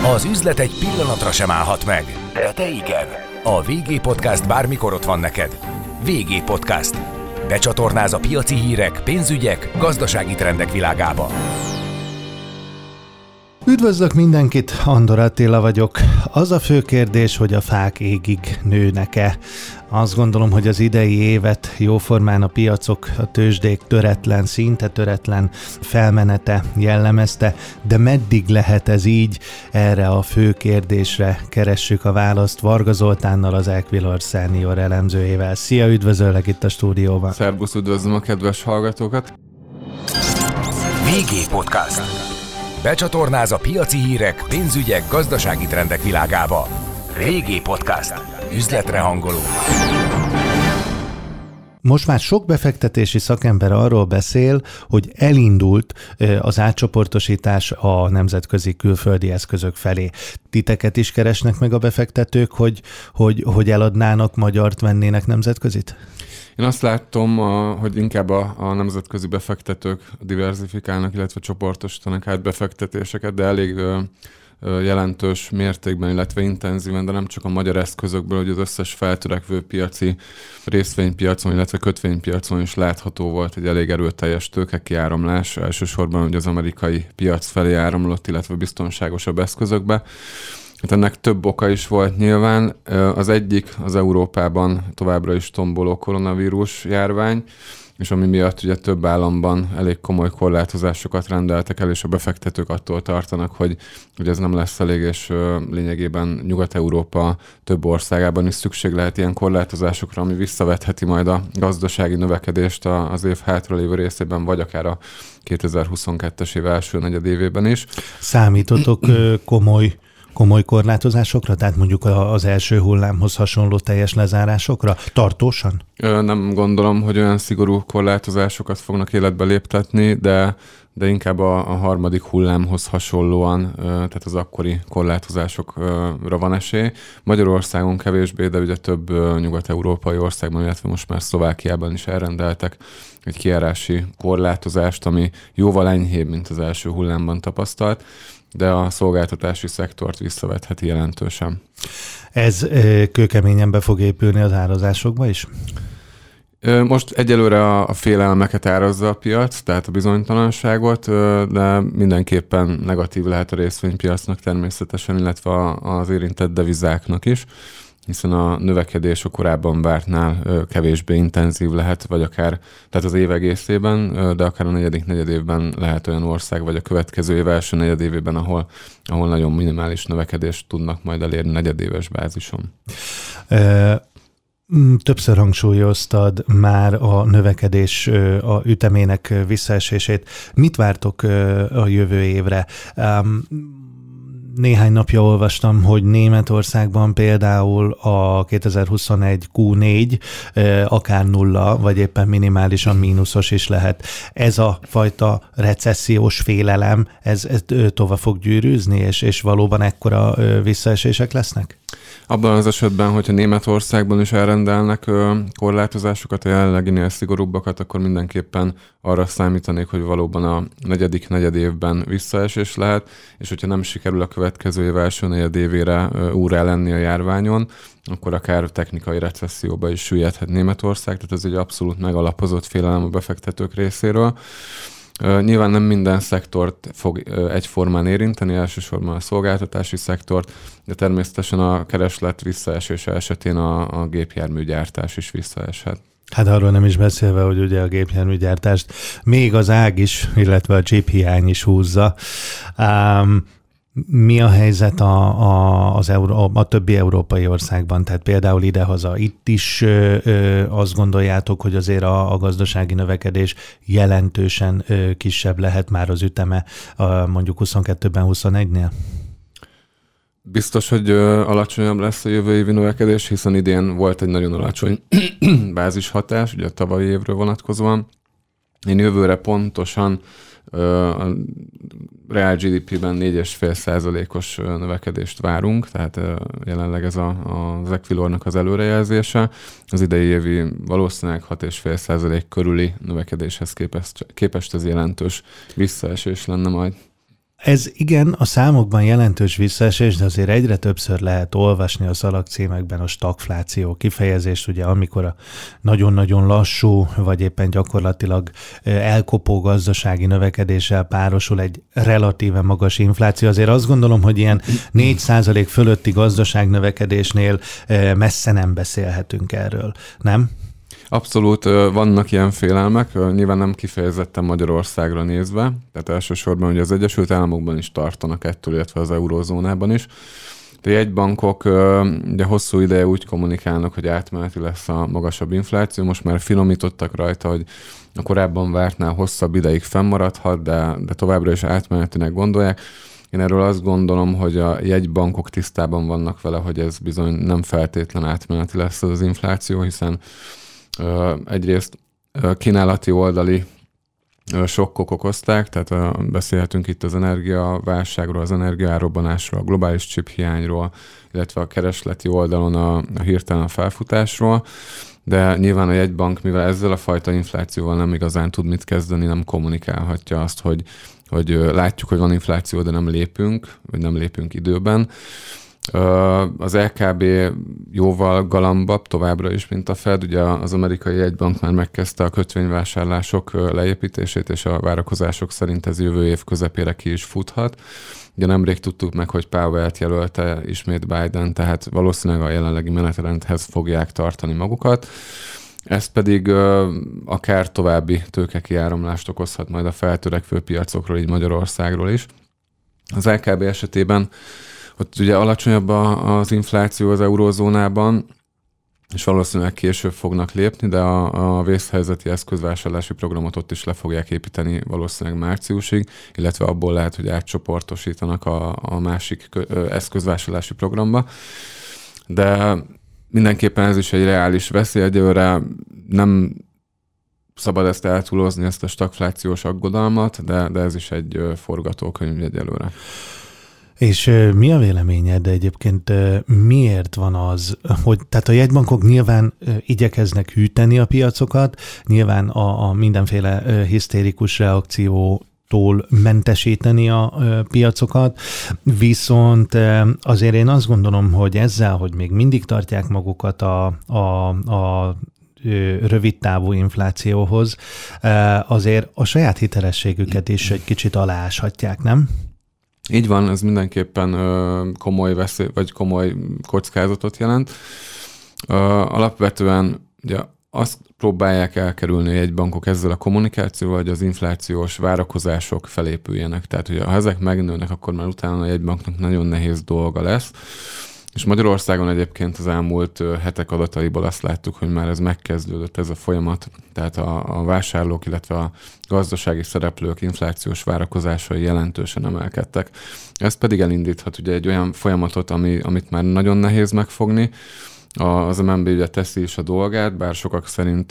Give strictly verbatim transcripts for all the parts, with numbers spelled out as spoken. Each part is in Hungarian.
Az üzlet egy pillanatra sem állhat meg, de te igen. A vé gé Podcast bármikor ott van neked. vé gé Podcast. Becsatornáz a piaci hírek, pénzügyek, gazdasági trendek világába. Üdvözlök mindenkit, Andor Attila vagyok. Az a fő kérdés, hogy a fák égig nőnek-e. Azt gondolom, hogy az idei évet jóformán a piacok, a tőzsdék töretlen, szinte töretlen felmenete jellemezte, de meddig lehet ez így? Erre a fő kérdésre keressük a választ Varga Zoltánnal, az Equilor Senior elemzőjével. Szia, üdvözöllek itt a stúdióban. Szerbusz, üdvözlöm a kedves hallgatókat. vé gé Podcast. Becsatornáz a piaci hírek, pénzügyek, gazdasági trendek világába. vé gé Podcast. Üzletre hangoló. Most már sok befektetési szakember arról beszél, hogy elindult az átcsoportosítás a nemzetközi külföldi eszközök felé. Titeket is keresnek meg a befektetők, hogy, hogy, hogy eladnának magyart, vennének nemzetközit? Én azt látom, hogy inkább a, a nemzetközi befektetők diversifikálnak, illetve csoportosítanak át befektetéseket, de elég ö, ö, jelentős mértékben, illetve intenzíven, de nem csak a magyar eszközökből, hogy az összes feltörekvő piaci részvénypiacon, illetve kötvénypiacon is látható volt egy elég erőteljes tőkekiáramlás, elsősorban hogy az amerikai piac felé áramlott, illetve biztonságosabb eszközökbe. Hát ennek több oka is volt nyilván. Az egyik az Európában továbbra is tomboló koronavírus járvány, és ami miatt ugye több államban elég komoly korlátozásokat rendeltek el, és a befektetők attól tartanak, hogy, hogy ez nem lesz elég, és lényegében Nyugat-Európa több országában is szükség lehet ilyen korlátozásokra, ami visszavetheti majd a gazdasági növekedést az év hátralévő részében, vagy akár a kétezer-huszonkettes év első negyedévében is. Számítotok komoly komoly korlátozásokra? Tehát mondjuk az első hullámhoz hasonló teljes lezárásokra? Tartósan? Nem gondolom, hogy olyan szigorú korlátozásokat fognak életbe léptetni, de, de inkább a, a harmadik hullámhoz hasonlóan, tehát az akkori korlátozásokra van esély. Magyarországon kevésbé, de ugye több nyugat-európai országban, illetve most már Szlovákiában is elrendeltek egy kijárási korlátozást, ami jóval enyhébb, mint az első hullámban tapasztalt, de a szolgáltatási szektort visszavetheti jelentősen. Ez kőkeményen be fog épülni az árazásokba is? Most egyelőre a félelmeket árazza a piac, tehát a bizonytalanságot, de mindenképpen negatív lehet a részvénypiacnak természetesen, illetve az érintett devizáknak is, hiszen a növekedés a korábban vártnál kevésbé intenzív lehet, vagy akár, tehát az év egészében, de akár a negyedik negyedévben lehet olyan ország, vagy a következő év első negyedévében, ahol, ahol nagyon minimális növekedést tudnak majd elérni negyedéves bázison. E- Többször hangsúlyoztad már a növekedés a ütemének visszaesését. Mit vártok a jövő évre? Néhány napja olvastam, hogy Németországban például a kétezer-huszonegy kú négy akár nulla, vagy éppen minimálisan mínuszos is lehet. Ez a fajta recessziós félelem, ez, ez tovább fog gyűrűzni, és, és valóban ekkora visszaesések lesznek? Abban az esetben, hogyha Németországban is elrendelnek korlátozásokat, a jelenleginél szigorúbbakat, akkor mindenképpen arra számítanék, hogy valóban a negyedik negyedévben visszaesés lehet, és hogyha nem sikerül a következő év első negyedévére úrrá lenni a járványon, akkor akár technikai recesszióba is süllyedhet Németország, tehát ez egy abszolút megalapozott félelem a befektetők részéről. Uh, nyilván nem minden szektort fog uh, egyformán érinteni, elsősorban a szolgáltatási szektort, de természetesen a kereslet visszaesése esetén a, a gépjárműgyártás is visszaeshet. Hát arról nem is beszélve, hogy ugye a gépjárműgyártást még az ág is, illetve a chip hiány is húzza. Um, Mi a helyzet a, a, az Euró, a többi európai országban? Tehát például idehaza itt is ö, ö, azt gondoljátok, hogy azért a, a gazdasági növekedés jelentősen ö, kisebb lehet már az üteme a, mondjuk huszonkettőben, huszonegynél? Biztos, hogy ö, alacsonyabb lesz a jövő évi növekedés, hiszen idén volt egy nagyon alacsony bázishatás, ugye a tavalyi évről vonatkozóan. Én jövőre pontosan a reál gé dé pében négy egész öt százalékos növekedést várunk, tehát jelenleg ez a, az Equilornak az előrejelzése. Az idei évi valószínűleg hat egész öt százalék körüli növekedéshez képest, képest ez jelentős visszaesés lenne majd. Ez igen, a számokban jelentős visszaesés, de azért egyre többször lehet olvasni a szalagcímekben a stagfláció kifejezést, ugye amikor a nagyon-nagyon lassú, vagy éppen gyakorlatilag elkopó gazdasági növekedéssel párosul egy relatíve magas infláció. Azért azt gondolom, hogy ilyen négy százalék fölötti gazdaságnövekedésnél messze nem beszélhetünk erről, nem? Abszolút vannak ilyen félelmek, nyilván nem kifejezetten Magyarországra nézve, tehát elsősorban ugye az Egyesült Államokban is tartanak ettől, illetve az eurózónában is. De jegybankok ugye hosszú ideje úgy kommunikálnak, hogy átmeneti lesz a magasabb infláció, most már finomítottak rajta, hogy a korábban vártnál hosszabb ideig fennmaradhat, de, de továbbra is átmenetinek gondolják. Én erről azt gondolom, hogy a jegybankok tisztában vannak vele, hogy ez bizony nem feltétlen átmeneti lesz az, az infláció, hiszen Uh, egyrészt uh, kínálati oldali uh, sokkok okozták, tehát uh, beszélhetünk itt az energiaválságról, az energiárobbanásról, a globális chip hiányról, illetve a keresleti oldalon a, a hirtelen felfutásról, de nyilván a jegybank, mivel ezzel a fajta inflációval nem igazán tud mit kezdeni, nem kommunikálhatja azt, hogy, hogy uh, látjuk, hogy van infláció, de nem lépünk, vagy nem lépünk időben. Az el ká bé jóval galambabb továbbra is, mint a Fed. Ugye az amerikai jegybank már megkezdte a kötvényvásárlások leépítését, és a várakozások szerint ez jövő év közepére ki is futhat. Ugye nemrég tudtuk meg, hogy Powell-t jelölte ismét Biden, tehát valószínűleg a jelenlegi menetrendhez fogják tartani magukat. Ez pedig uh, akár további tőkekiáramlást okozhat majd a feltörekvő piacokról, így Magyarországról is. Az el ká bé esetében ott ugye alacsonyabb az infláció az eurózónában, és valószínűleg később fognak lépni, de a, a vészhelyzeti eszközvásárlási programot ott is le fogják építeni valószínűleg márciusig, illetve abból lehet, hogy átcsoportosítanak a, a másik eszközvásárlási programba. De mindenképpen ez is egy reális veszély, egyelőre nem szabad ezt eltúlozni, ezt a stagflációs aggodalmat, de, de ez is egy forgatókönyv egyelőre. És mi a véleményed egyébként, miért van az, hogy tehát a jegybankok nyilván igyekeznek hűteni a piacokat, nyilván a, a mindenféle hisztérikus reakciótól mentesíteni a piacokat, viszont azért én azt gondolom, hogy ezzel, hogy még mindig tartják magukat a, a, a rövidtávú inflációhoz, azért a saját hitelességüket is egy kicsit alááshatják, nem? Így van, ez mindenképpen ö, komoly veszély, vagy komoly kockázatot jelent. Ö, alapvetően ugye azt próbálják elkerülni a jegybankok ezzel a kommunikációval, hogy az inflációs várakozások felépüljenek. Tehát, hogy ha ezek megnőnek, akkor már utána a jegybanknak nagyon nehéz dolga lesz. És Magyarországon egyébként az elmúlt hetek adataiból azt láttuk, hogy már ez megkezdődött, ez a folyamat, tehát a, a vásárlók, illetve a gazdasági szereplők inflációs várakozásai jelentősen emelkedtek. Ez pedig elindíthat ugye egy olyan folyamatot, ami, amit már nagyon nehéz megfogni. Az em en bé ugye teszi is a dolgát, bár sokak szerint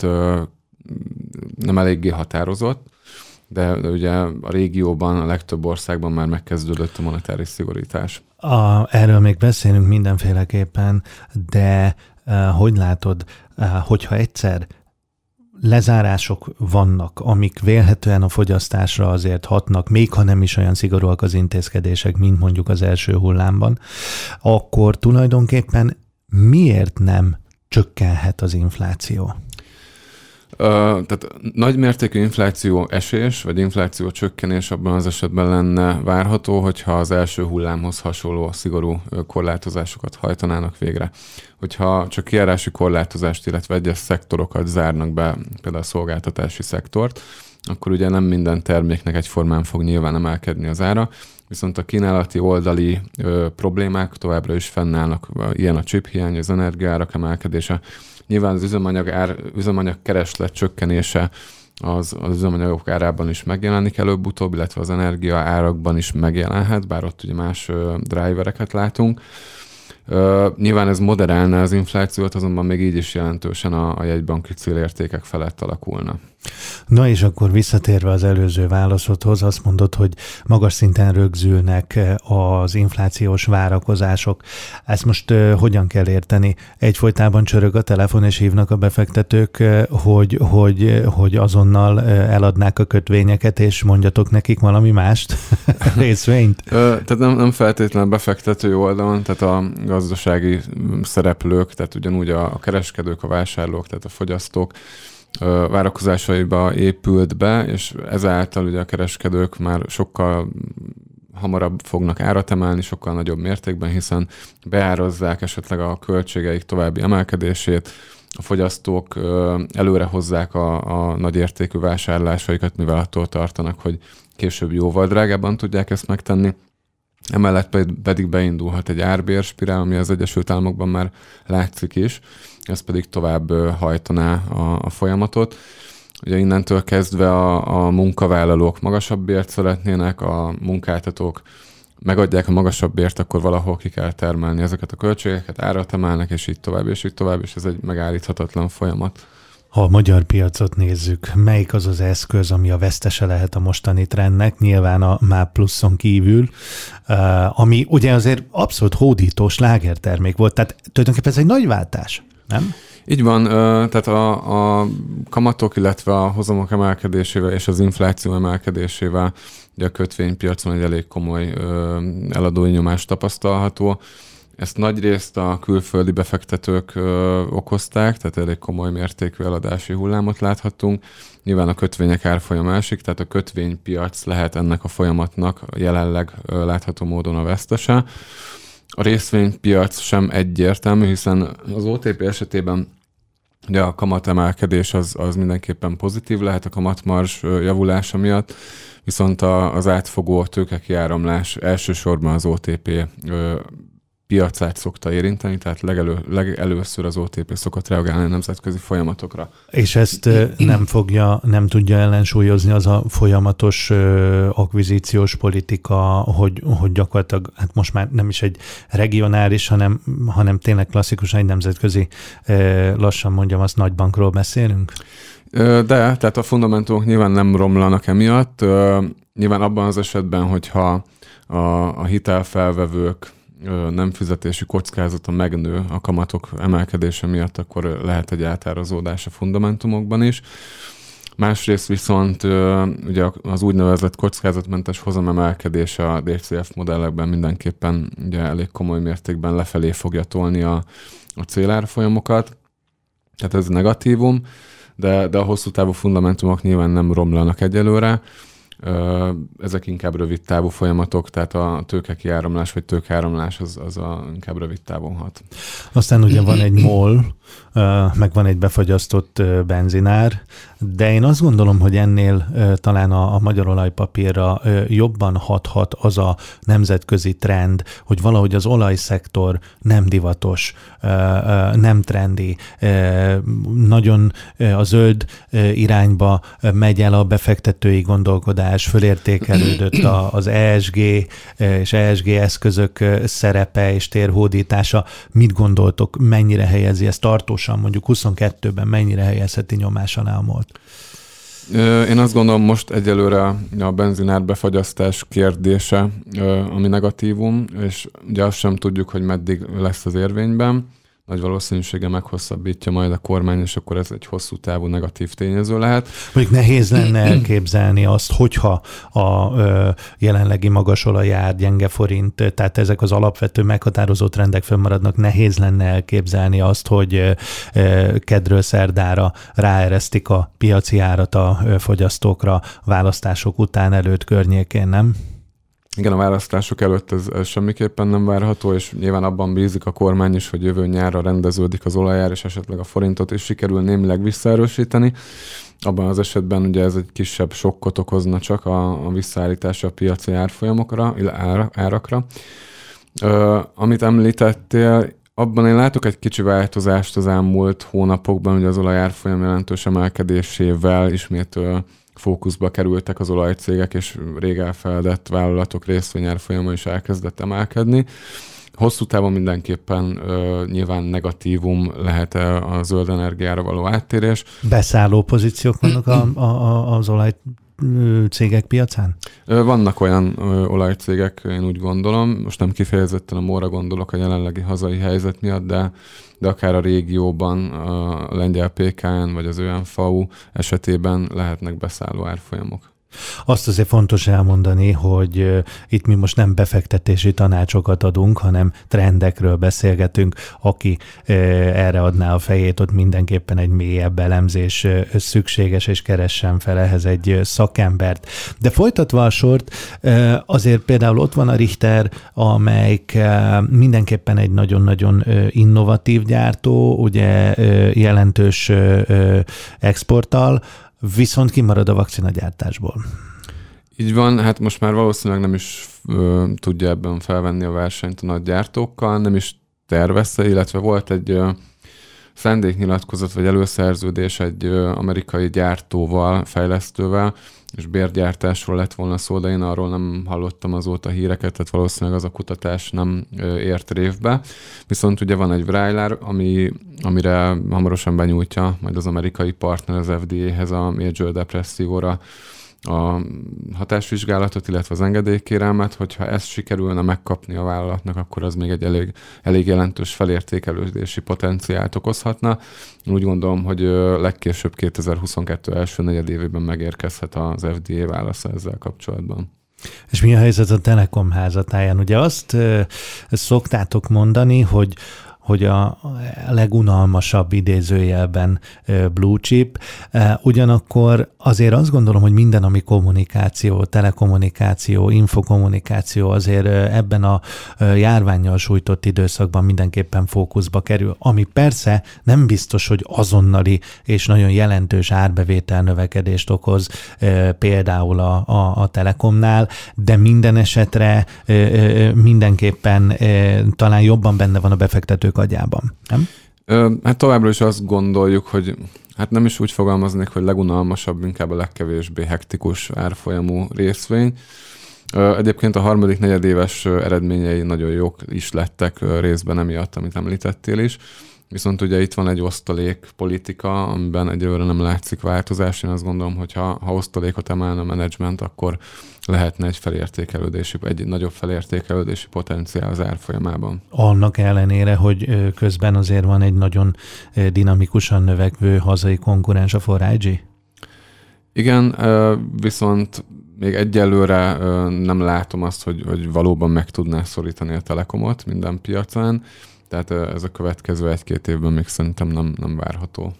nem eléggé határozott, de, de ugye a régióban, a legtöbb országban már megkezdődött a monetáris szigorítás. A, erről még beszélünk mindenféleképpen, de uh, hogy látod, uh, hogyha egyszer lezárások vannak, amik vélhetően a fogyasztásra azért hatnak, még ha nem is olyan szigorúak az intézkedések, mint mondjuk az első hullámban, akkor tulajdonképpen miért nem csökkenhet az infláció? Uh, tehát nagymértékű infláció esés, vagy infláció csökkenés abban az esetben lenne várható, hogyha az első hullámhoz hasonló szigorú korlátozásokat hajtanának végre. Hogyha csak kijárási korlátozást, illetve egyes szektorokat zárnak be, például a szolgáltatási szektort, akkor ugye nem minden terméknek egyformán fog nyilván emelkedni az ára, viszont a kínálati oldali ö, problémák továbbra is fennállnak, ilyen a chip hiány, az energiaárak emelkedése. Nyilván az üzemanyag, ár, üzemanyag kereslet csökkenése az, az üzemanyagok árában is megjelenik előbb-utóbb, illetve az energia árakban is megjelenhet, bár ott ugye más ö, drivereket látunk. Ö, nyilván ez moderálna az inflációt, azonban még így is jelentősen a, a jegybanki célértékek felett alakulna. Na és akkor visszatérve az előző válaszodhoz, azt mondod, hogy magas szinten rögzülnek az inflációs várakozások. Ezt most uh, hogyan kell érteni? Egyfolytában csörög a telefon és hívnak a befektetők, uh, hogy, hogy, hogy azonnal uh, eladnák a kötvényeket, és mondjatok nekik valami mást? Részvényt? Tehát nem, nem feltétlenül befektető oldalon, tehát a gazdasági szereplők, tehát ugyanúgy a, a kereskedők, a vásárlók, tehát a fogyasztók várakozásaiba épült be, és ezáltal ugye a kereskedők már sokkal hamarabb fognak árat emelni, sokkal nagyobb mértékben, hiszen beárazzák esetleg a költségeik további emelkedését, a fogyasztók előre hozzák a, a nagyértékű vásárlásaikat, mivel attól tartanak, hogy később jóval drágábban tudják ezt megtenni. Emellett pedig beindulhat egy árbérspirál, ami az Egyesült Államokban már látszik is, ez pedig tovább hajtaná a, a folyamatot. Ugye innentől kezdve a, a munkavállalók magasabb bért szeretnének, a munkáltatók megadják a magasabb bért, akkor valahol ki kell termelni ezeket a költségeket, árat emelnek, és így tovább, és így tovább, és ez egy megállíthatatlan folyamat. Ha a magyar piacot nézzük, melyik az az eszköz, ami a vesztese lehet a mostani trendnek, nyilván a MÁP Pluszon kívül, ami ugye azért abszolút hódító slágertermék volt, tehát tulajdonképpen ez egy nagy váltás, nem? Így van, tehát a, a kamatok, illetve a hozamok emelkedésével és az infláció emelkedésével ugye a kötvénypiacon egy elég komoly eladói nyomás tapasztalható. Ezt nagyrészt a külföldi befektetők ö, okozták, tehát elég komoly mértékű eladási hullámot láthattunk. Nyilván a kötvények árfolyam másik, tehát a kötvénypiac lehet ennek a folyamatnak jelenleg ö, látható módon a vesztese. A részvénypiac sem egyértelmű, hiszen az o té pé esetében ugye a kamatemelkedés az, az mindenképpen pozitív lehet a kamatmarzs javulása miatt, viszont a, az átfogó tőkekiáramlás elsősorban az o té pé ö, piacát szokta érinteni, tehát legelő, legelőször az o té pé szokott reagálni a nemzetközi folyamatokra. És ezt nem fogja, nem tudja ellensúlyozni az a folyamatos akvizíciós politika, hogy, hogy gyakorlatilag, hát most már nem is egy regionális, hanem, hanem tényleg klasszikusan egy nemzetközi, lassan mondjam, azt nagybankról beszélünk? De, tehát a fundamentumok nyilván nem romlanak emiatt. Nyilván abban az esetben, hogyha a, a hitelfelvevők nem fizetési kockázata megnő a kamatok emelkedése miatt, akkor lehet egy átárazódás a fundamentumokban is. Másrészt viszont ugye az úgynevezett kockázatmentes hozamemelkedés a dé cé ef modellekben mindenképpen ugye elég komoly mértékben lefelé fogja tolni a, a célárfolyamokat. Tehát ez negatívum, de, de a hosszú távú fundamentumok nyilván nem romlanak egyelőre. Ezek inkább rövid távú folyamatok, tehát a tőkekiáramlás vagy tőkeáramlás az, az a, inkább rövid távon hat. Aztán ugye van egy MOL, meg van egy befagyasztott benzinár, de én azt gondolom, hogy ennél talán a, a magyar olajpapírra jobban hathat az a nemzetközi trend, hogy valahogy az olajszektor nem divatos, nem trendi, nagyon a zöld irányba megy el a befektetői gondolkodás, fölértékelődött az é es gé és é es gé eszközök szerepe és térhódítása. Mit gondoltok, mennyire helyezi ezt tartósan, mondjuk huszonkettőben mennyire helyezheti nyomás alá a MOL-t? Én azt gondolom, most egyelőre a benzinár befagyasztás kérdése, ami negatívum, és ugye azt sem tudjuk, hogy meddig lesz az érvényben. Nagy valószínűséggel meghosszabbítja majd a kormány, és akkor ez egy hosszú távú negatív tényező lehet. Mondjuk nehéz lenne elképzelni azt, hogyha a ö, jelenlegi magas olajár, gyenge forint, tehát ezek az alapvető meghatározó trendek fönnmaradnak, nehéz lenne elképzelni azt, hogy ö, kedről szerdára ráeresztik a piaci árat a ö, fogyasztókra választások után, előtt, környékén, nem? Igen, a választások előtt ez, ez semmiképpen nem várható, és nyilván abban bízik a kormány is, hogy jövő nyárra rendeződik az olajár, és esetleg a forintot is sikerül némileg visszaerősíteni. Abban az esetben ugye ez egy kisebb sokkot okozna csak a, a visszaállítása a piaci árfolyamokra, ár, árakra. Ö, amit említettél, abban én látok egy kicsi változást az elmúlt hónapokban, ugye az olajárfolyam jelentős emelkedésével ismét fókuszba kerültek az olajcégek, és rég elfeledett vállalatok részvényárfolyama is elkezdett emelkedni. Hosszú távon mindenképpen ö, nyilván negatívum lehet a zöld energiára való áttérés. Beszálló pozíciók vannak a, a, a, az olaj cégek piacán? Vannak olyan ö, olajcégek, én úgy gondolom, most nem kifejezetten a MOL-ra gondolok a jelenlegi hazai helyzet miatt, de, de akár a régióban, a lengyel pé ká en vagy az ö en ef á u esetében lehetnek beszálló árfolyamok. Azt azért fontos elmondani, hogy uh, itt mi most nem befektetési tanácsokat adunk, hanem trendekről beszélgetünk. Aki uh, erre adná a fejét, ott mindenképpen egy mélyebb elemzés uh, szükséges, és keressen fel ehhez egy uh, szakembert. De folytatva a sort, uh, azért például ott van a Richter, amelyik uh, mindenképpen egy nagyon-nagyon uh, innovatív gyártó, ugye uh, jelentős uh, uh, exporttal, viszont kimarad a vakcinagyártásból. Így van, hát most már valószínűleg nem is ö, tudja ebben felvenni a versenyt a nagy gyártókkal, nem is tervezte, illetve volt egy ö, szándéknyilatkozat vagy előszerződés egy ö, amerikai gyártóval, fejlesztővel, és bérgyártásról lett volna szó, de én arról nem hallottam azóta híreket, tehát valószínűleg az a kutatás nem ö, ért révbe. Viszont ugye van egy Vraylar, ami, amire hamarosan benyújtja majd az amerikai partner az ef dé á-hez a Major Depressivóra a hatásvizsgálatot, illetve az engedélykérelmet, hogyha ezt sikerülne megkapni a vállalatnak, akkor az még egy elég, elég jelentős felértékelődési potenciált okozhatna. Úgy gondolom, hogy legkésőbb kétezer-huszonkettő első negyedévében megérkezhet az ef dé á válasza ezzel kapcsolatban. És mi a helyzet a Telekom házatáján? Ugye azt szoktátok mondani, hogy hogy a legunalmasabb idézőjelben blue chip. Ugyanakkor azért azt gondolom, hogy minden, ami kommunikáció, telekommunikáció, infokommunikáció azért ebben a járvánnyal sújtott időszakban mindenképpen fókuszba kerül, ami persze nem biztos, hogy azonnali és nagyon jelentős árbevétel növekedést okoz például a, a, a Telekomnál, de minden esetre mindenképpen talán jobban benne van a befektetők agyában, nem? Ö, hát továbbra is azt gondoljuk, hogy hát nem is úgy fogalmaznék, hogy legunalmasabb, inkább a legkevésbé hektikus árfolyamú részvény. Ö, egyébként a harmadik negyedéves eredményei nagyon jók is lettek részben emiatt, amit említettél is. Viszont ugye itt van egy osztalék politika, amiben egyelőre nem látszik változás. Én azt gondolom, hogy ha, ha osztalékot emelne a menedzsment, akkor lehetne egy felértékelődési, egy nagyobb felértékelődési potenciál az árfolyamában. Annak ellenére, hogy közben azért van egy nagyon dinamikusan növekvő hazai konkurens, a négy G? Igen, viszont még egyelőre nem látom azt, hogy, hogy valóban meg tudná szorítani a Telekomot minden piacán. Tehát ez a következő egy-két évben még szerintem nem, nem várható.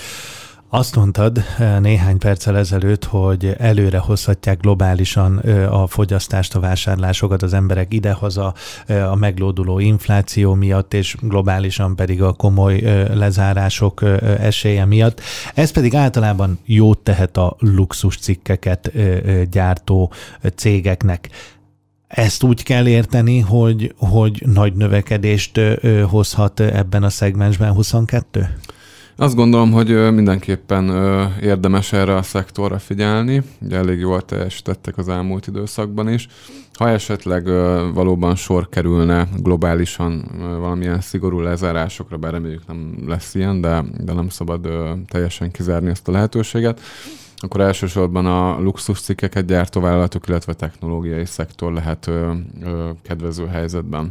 Azt mondtad néhány perccel ezelőtt, hogy előre hozhatják globálisan a fogyasztást, a vásárlásokat az emberek idehaza a meglóduló infláció miatt, és globálisan pedig a komoly lezárások esélye miatt. Ez pedig általában jót tehet a luxus cikkeket gyártó cégeknek. Ezt úgy kell érteni, hogy, hogy nagy növekedést hozhat ebben a szegmensben huszonkettő? Azt gondolom, hogy mindenképpen érdemes erre a szektorra figyelni. Ugye elég jól teljesítettek az elmúlt időszakban is. Ha esetleg valóban sor kerülne globálisan valamilyen szigorú lezárásokra, bár reméljük nem lesz ilyen, de, de nem szabad teljesen kizárni ezt a lehetőséget, akkor elsősorban a luxus cikkeket gyártó vállalatok, illetve technológiai szektor lehet ö, ö, kedvező helyzetben.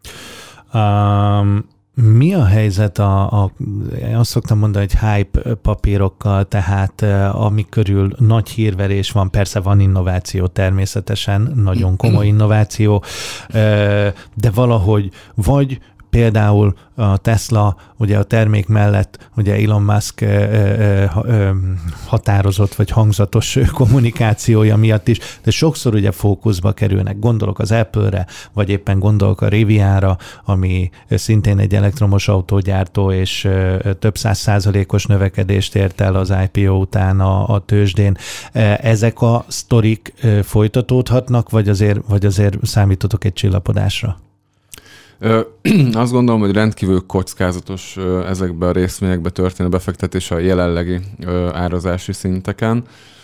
Um, mi a helyzet a, a, azt szoktam mondani, hogy hype papírokkal, tehát amik körül nagy hírverés van, persze van innováció természetesen, nagyon komoly innováció, de valahogy vagy például a Tesla, ugye a termék mellett ugye Elon Musk határozott vagy hangzatos kommunikációja miatt is, de sokszor ugye fókuszba kerülnek. Gondolok az Apple-re, vagy éppen gondolok a Rivianra, ami szintén egy elektromos autógyártó, és több száz százalékos növekedést ért el az i pé o után a, a tőzsdén. Ezek a sztorik folytatódhatnak, vagy azért, vagy azért számítotok egy csillapodásra? Ö, azt gondolom, hogy rendkívül kockázatos ö, ezekbe a részvényekbe történő befektetés a jelenlegi ö, árazási szinteken.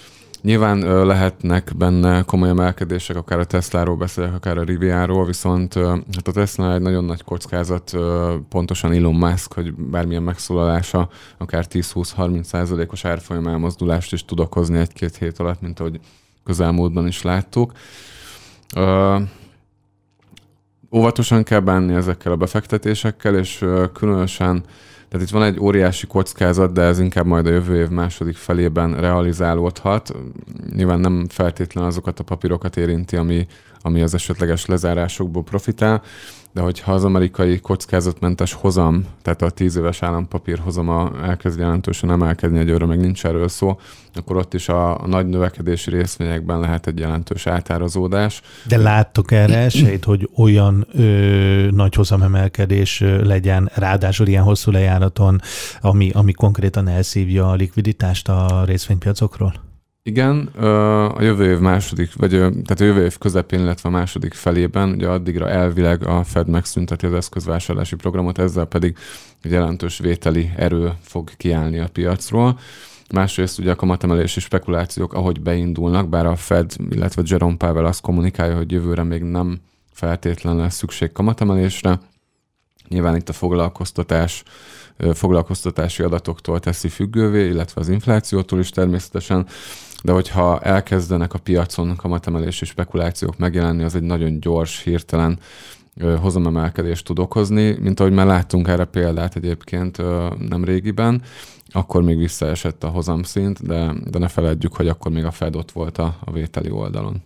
Nyilván ö, lehetnek benne komoly emelkedések, akár a Tesláról beszélek, akár a Rivianról, viszont ö, hát a Tesla egy nagyon nagy kockázat, ö, pontosan Elon Musk, hogy bármilyen megszólalása, akár tíz-húsz-harminc százalékos árfolyam elmozdulást is tud okozni egy-két hét alatt, mint ahogy közelmúltban is láttuk. Ö, óvatosan kell bánni ezekkel a befektetésekkel, és ö, különösen tehát itt van egy óriási kockázat, de ez inkább majd a jövő év második felében realizálódhat. Nyilván nem feltétlenül azokat a papírokat érinti, ami, ami az esetleges lezárásokból profitál, de hogyha az amerikai kockázatmentes hozam, tehát a tíz éves állampapír hozama elkezd jelentősen emelkedni, egyőre meg nincs erről szó, akkor ott is a, a nagy növekedési részvényekben lehet egy jelentős átárazódás. De láttok erre esélyt, hogy olyan ö, nagy hozamemelkedés legyen, ráadásul ilyen hosszú lejáraton, ami, ami konkrétan elszívja a likviditást a részvénypiacokról? Igen, a jövő év második, vagy tehát a jövő év közepén, illetve a második felében, ugye addigra elvileg a Fed megszünteti az eszközvásárlási programot, ezzel pedig egy jelentős vételi erő fog kiállni a piacról. Másrészt ugye a kamatemelési spekulációk, ahogy beindulnak, bár a Fed, illetve Jerome Powell azt kommunikálja, hogy jövőre még nem feltétlenül lesz szükség kamatemelésre. Nyilván itt a foglalkoztatás, foglalkoztatási adatoktól teszi függővé, illetve az inflációtól is természetesen, de hogyha elkezdenek a piacon kamatemelési spekulációk megjelenni, az egy nagyon gyors, hirtelen hozamemelkedést tud okozni, mint ahogy már láttunk erre példát egyébként nem régiben, akkor még visszaesett a hozamszint, de, de ne feledjük, hogy akkor még a Fed ott volt a, a vételi oldalon.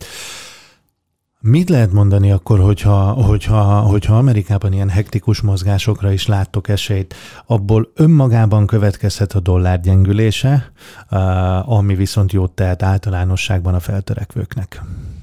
Mit lehet mondani akkor, hogyha, hogyha, hogyha Amerikában ilyen hektikus mozgásokra is láttok esélyt, abból önmagában következhet a dollár gyengülése, ami viszont jót tehet általánosságban a feltörekvőknek?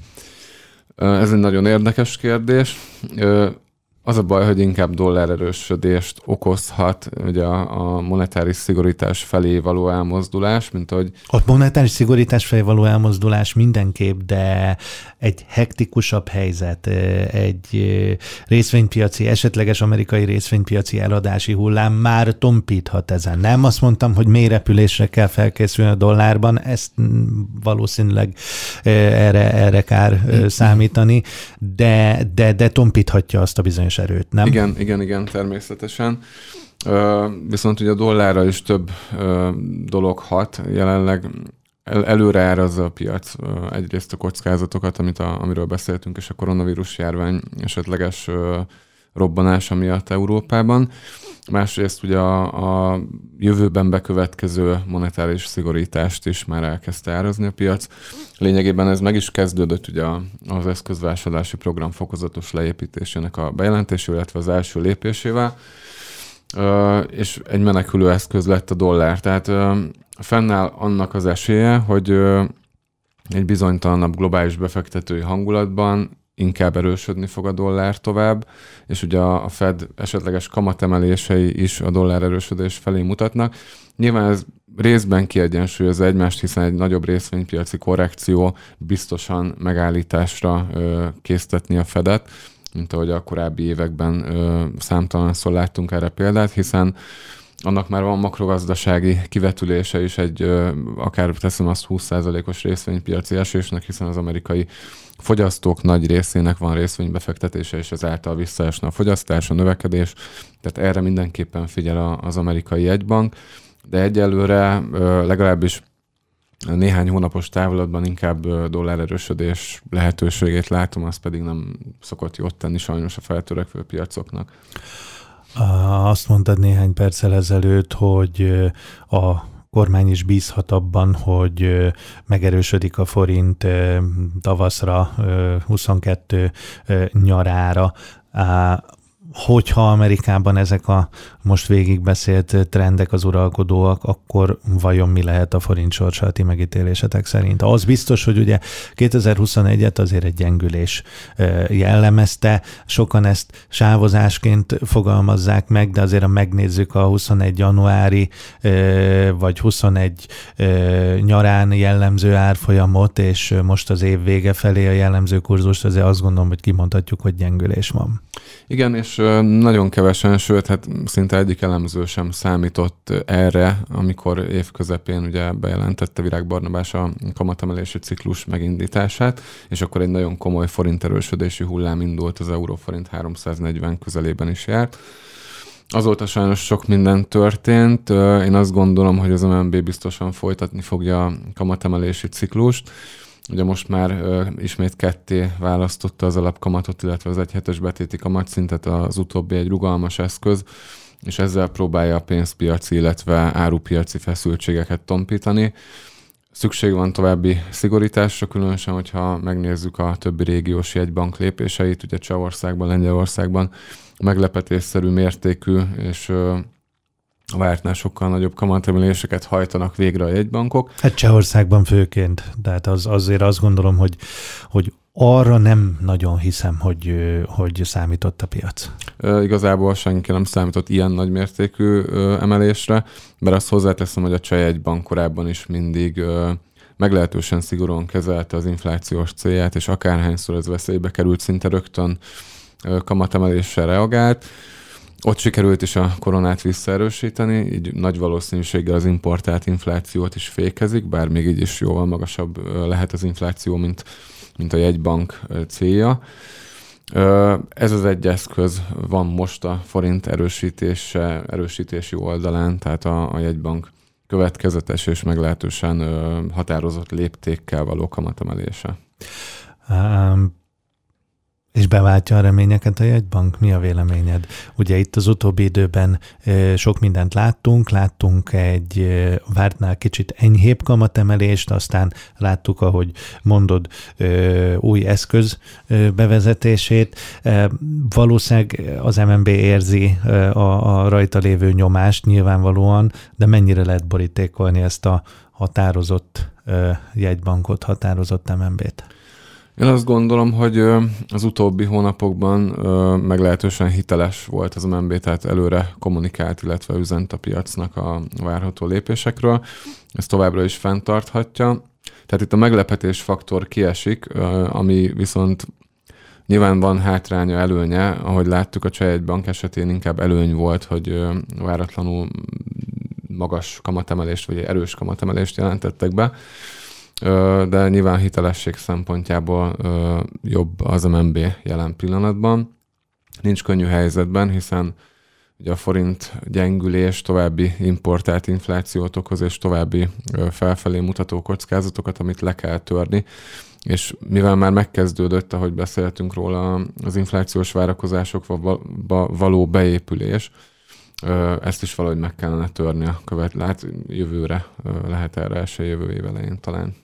Ez egy nagyon érdekes kérdés. Az a baj, hogy inkább dollárerősödést okozhat ugye a, a monetáris szigorítás felé való elmozdulás, mint hogy... A monetáris szigorítás felé való elmozdulás mindenképp, de egy hektikusabb helyzet, egy részvénypiaci, esetleges amerikai részvénypiaci eladási hullám már tompíthat ezen. Nem azt mondtam, hogy mély repülésre kell felkészülni a dollárban, ezt valószínűleg erre, erre kár számítani, de, de, de tompíthatja azt a bizonyos erőt, nem? Igen, igen, igen, természetesen. Uh, viszont ugye a dollárra is több uh, dolog hat. Jelenleg el, előre árazza a piac uh, egyrészt a kockázatokat, amit a, amiről beszéltünk, és a koronavírus járvány esetleges uh, robbanása miatt Európában. Másrészt ugye a, a jövőben bekövetkező monetáris szigorítást is már elkezdte árazni a piac. Lényegében ez meg is kezdődött ugye az eszközvásárlási program fokozatos leépítésének a bejelentésével, illetve az első lépésével, és egy menekülő eszköz lett a dollár. Tehát fennáll annak az esélye, hogy egy bizonytalanabb globális befektetői hangulatban inkább erősödni fog a dollár tovább, és ugye a Fed esetleges kamatemelései is a dollár erősödés felé mutatnak. Nyilván ez részben kiegyensúlyozza egymást, hiszen egy nagyobb részvénypiaci korrekció biztosan megállításra ö, késztetni a Fedet, mint ahogy a korábbi években ö, számtalanszor láttunk erre példát, hiszen annak már van makrogazdasági kivetülése is egy, ö, akár teszem azt húsz százalékos részvénypiaci esésnek, hiszen az amerikai fogyasztók nagy részének van részvénybefektetése, és ezáltal visszaesne a fogyasztás, a növekedés, tehát erre mindenképpen figyel az amerikai jegybank, de egyelőre legalábbis néhány hónapos távlatban inkább dollárerősödés lehetőségét látom, az pedig nem szokott jót tenni sajnos a feltörekvő piacoknak. Azt mondtad néhány perccel ezelőtt, hogy a kormány is bízhat abban, hogy megerősödik a forint tavaszra, huszonkettő nyarára. Hogyha Amerikában ezek a most végigbeszélt trendek az uralkodóak, akkor vajon mi lehet a forint sorsa a ti megítélésetek szerint? Az biztos, hogy ugye kétezer-huszonegyet azért egy gyengülés jellemezte, sokan ezt sávozásként fogalmazzák meg, de azért ha megnézzük a huszonegy januári vagy huszonegy nyarán jellemző árfolyamot, és most az év vége felé a jellemző kurzust, azért azt gondolom, hogy kimondhatjuk, hogy gyengülés van. Igen, és nagyon kevesen, sőt, hát szinte egyik elemző sem számított erre, amikor év közepén ugye bejelentette Virág Barnabás a kamatemelési ciklus megindítását, és akkor egy nagyon komoly forinterősödési hullám indult, az euróforint háromszáznegyven közelében is járt. Azóta sajnos sok minden történt. Én azt gondolom, hogy az em en bé biztosan folytatni fogja a kamatemelési ciklust. Ugye most már ö, ismét ketté választotta az alapkamatot, illetve az egyhetes betéti kamatszintet, az utóbbi egy rugalmas eszköz, és ezzel próbálja a pénzpiaci, illetve árupiaci feszültségeket tompítani. Szükség van további szigorításra, különösen, hogyha megnézzük a többi régiós jegybank lépéseit, ugye Csehországban, Lengyelországban meglepetésszerű mértékű és ö, a vártnál sokkal nagyobb kamatemeléseket hajtanak végre a jegybankok. Hát Csehországban főként, tehát az, azért azt gondolom, hogy, hogy arra nem nagyon hiszem, hogy, hogy számított a piac. E, igazából senki nem számított ilyen nagy mértékű ö, emelésre, mert azt hozzáteszem, hogy a Cseh jegybank korábban is mindig ö, meglehetősen szigorúan kezelte az inflációs célját, és akárhányszor ez veszélybe került, szinte rögtön ö, kamatemeléssel reagált. Ott sikerült is a koronát visszaerősíteni, így nagy valószínűséggel az importált inflációt is fékezik, bár még így is jóval magasabb lehet az infláció, mint, mint a jegybank célja. Ez az egy eszköz van most a forint erősítése, erősítési oldalán, tehát a, a jegybank következetes és meglehetősen határozott léptékkel való kamatemelése. Um. És beváltja a reményeket a jegybank? Mi a véleményed? Ugye itt az utóbbi időben sok mindent láttunk, láttunk egy vártnál kicsit enyhébb kamatemelést, aztán láttuk, ahogy mondod, új eszköz bevezetését. Valószínűleg az em en bé érzi a, a rajta lévő nyomást nyilvánvalóan, de mennyire lehet borítékolni ezt a határozott jegybankot, határozott em en bét? Én azt gondolom, hogy az utóbbi hónapokban meglehetősen hiteles volt az em en bé, tehát előre kommunikált, illetve üzent a piacnak a várható lépésekről. Ezt továbbra is fenntarthatja. Tehát itt a meglepetés faktor kiesik, ami viszont nyilván van hátránya, előnye. Ahogy láttuk, a Cseh jegybank esetén inkább előny volt, hogy váratlanul magas kamatemelést, vagy erős kamatemelést jelentettek be. De nyilván hitelesség szempontjából jobb az em en bé jelen pillanatban. Nincs könnyű helyzetben, hiszen ugye a forint gyengülés további importált inflációt okoz, és további felfelé mutató kockázatokat, amit le kell törni. És mivel már megkezdődött, ahogy beszéltünk róla, az inflációs várakozásokba való beépülés, ezt is valahogy meg kellene törni a követ. Lát, jövőre lehet erre esély, jövő év elején talán.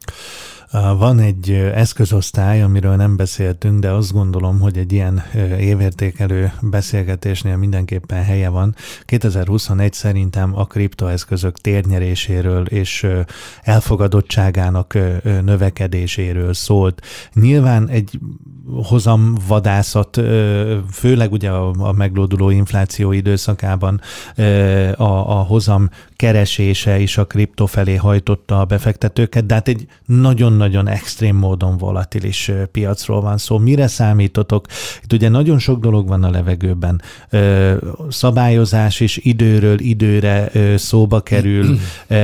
Van egy eszközosztály, amiről nem beszéltünk, de azt gondolom, hogy egy ilyen évértékelő beszélgetésnél mindenképpen helye van. kétezer-huszonegy szerintem a kriptoeszközök térnyeréséről és elfogadottságának növekedéséről szólt. Nyilván egy hozamvadászat, főleg ugye a, a meglóduló infláció időszakában a, a hozam keresése is a kripto felé hajtotta a befektetőket, de hát egy nagyon-nagyon extrém módon volatilis piacról van szó. Mire számítotok? Itt ugye nagyon sok dolog van a levegőben. Szabályozás is időről időre szóba kerül,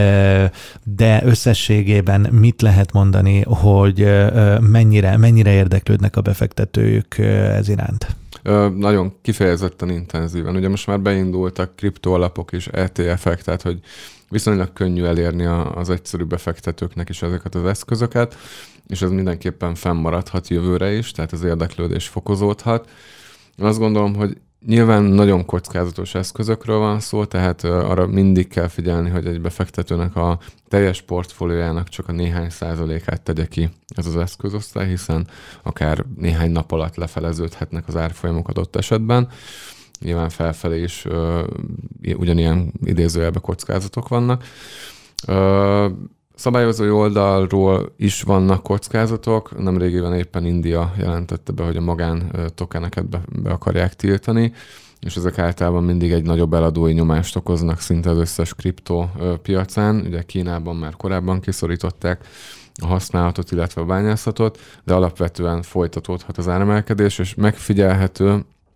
de összességében mit lehet mondani, hogy mennyire, mennyire érdeklődnek a befektetők ez iránt? Ö, nagyon kifejezetten intenzíven. Ugye most már beindultak kriptoalapok és é té ef-ek, tehát hogy viszonylag könnyű elérni a, az egyszerű befektetőknek is ezeket az eszközöket, és ez mindenképpen fennmaradhat jövőre is, tehát az érdeklődés fokozódhat. Én azt gondolom, hogy nyilván nagyon kockázatos eszközökről van szó, tehát arra mindig kell figyelni, hogy egy befektetőnek a teljes portfóliójának csak a néhány százalékát tegye ki ez az eszközosztály, hiszen akár néhány nap alatt lefeleződhetnek az árfolyamok adott esetben. Nyilván felfelé is uh, ugyanilyen idézőjelben kockázatok vannak. Uh, Szabályozói oldalról is vannak kockázatok. Nemrégiben éppen India jelentette be, hogy a magán tokeneket be, be akarják tiltani, és ezek általában mindig egy nagyobb eladói nyomást okoznak szinte az összes kriptó piacán. Ugye Kínában már korábban kiszorították a használatot, illetve a bányászatot, de alapvetően folytatódhat az áremelkedés, és megfigyelhető,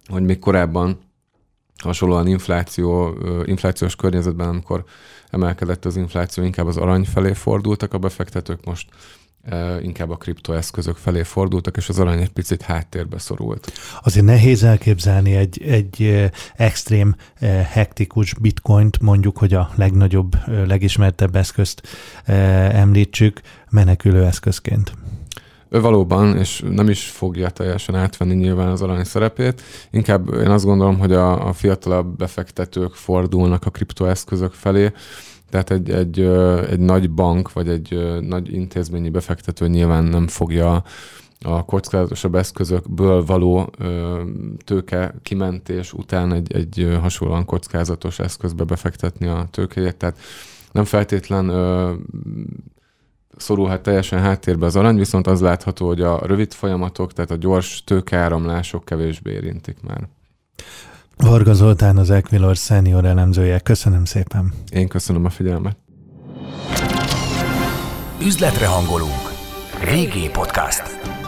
hogy még korábban hasonlóan infláció, inflációs környezetben, amikor emelkedett az infláció, inkább az arany felé fordultak a befektetők, most inkább a kriptoeszközök felé fordultak, és az arany egy picit háttérbe szorult. Azért nehéz elképzelni egy, egy extrém hektikus bitcoint, mondjuk, hogy a legnagyobb, legismertebb eszközt említsük, menekülő eszközként. Ő valóban, és nem is fogja teljesen átvenni nyilván az arany szerepét. Inkább én azt gondolom, hogy a, a fiatalabb befektetők fordulnak a kriptoeszközök felé, tehát egy, egy, egy nagy bank, vagy egy nagy intézményi befektető nyilván nem fogja a kockázatosabb eszközökből való tőke kimentés után egy, egy hasonlóan kockázatos eszközbe befektetni a tőkéjét. Tehát nem feltétlen szorulhat teljesen háttérbe az arany, viszont az látható, hogy a rövid folyamatok, tehát a gyors tőkeáramlások kevésbé érintik már. Varga Zoltán, az Equilor senior elemzője. Köszönöm szépen. Én köszönöm a figyelmet. Üzletre hangolunk. vé gé Podcast.